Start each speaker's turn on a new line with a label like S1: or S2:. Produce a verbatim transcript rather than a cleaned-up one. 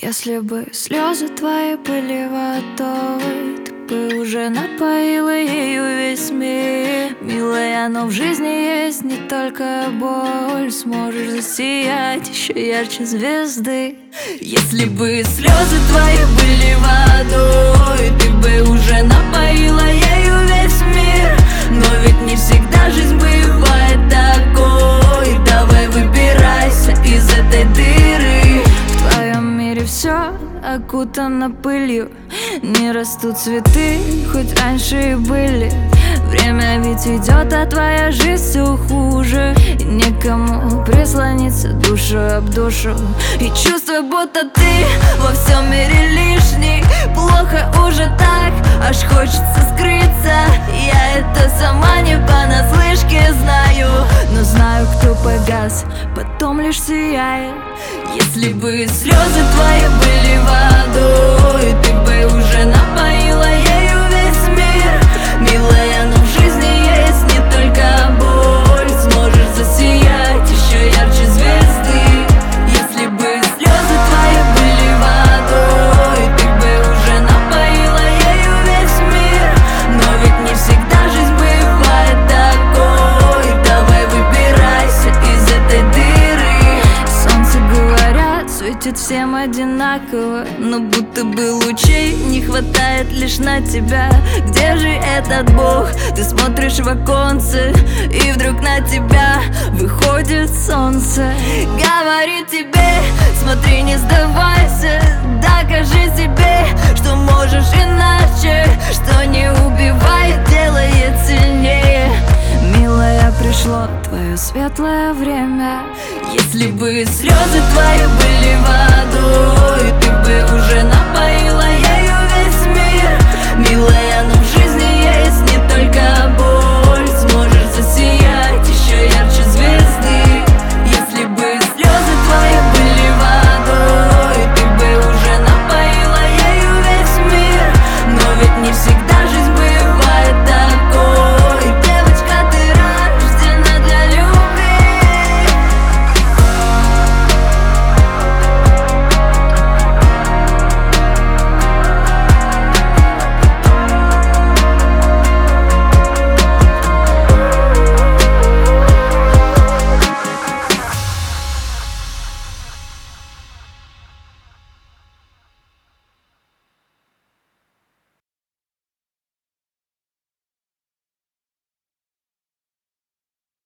S1: Если бы слезы твои были водой, ты бы уже напоила ею весь мир. Милая, но в жизни есть не только боль, сможешь засиять еще ярче звезды. Если бы слезы твои были водой, ты бы уже напоила ею весь мир. Но ведь не всегда жизнь бывает такой. Давай выбирайся из этой дыры. В твоем мире все окутано пылью, не растут цветы, хоть раньше и были. Время ведь идет, а твоя жизнь все хуже, и некому прислониться душу об душу. И чувство, будто ты во всем мире лишний. Плохо уже так, аж хочется скрыться. Я это сама не понаслышке знаю, но знаю, кто погас, потом лишь сияет. Если бы слезы твои были водой, ты бы уже напоила ею весь мир. Милая, но в жизни есть не только боль, сможешь засиять еще ярче звезды. Если бы слезы твои были водой, ты бы уже напоила ею весь мир. Но ведь не всегда жизнь бывает такой. Давай выбирайся из этой дыры. Солнце, говорят, светит всем одинаково, но будто бы лучей не хватает лишь на тебя. Где же этот Бог? Ты смотришь в оконце, и вдруг на тебя выходит солнце. Говорит тебе: смотри, не сдавайся, докажи себе, что можешь иначе, что не убивает, делает сильнее. Милая, пришло твое светлое время. Если бы слезы твои были водой,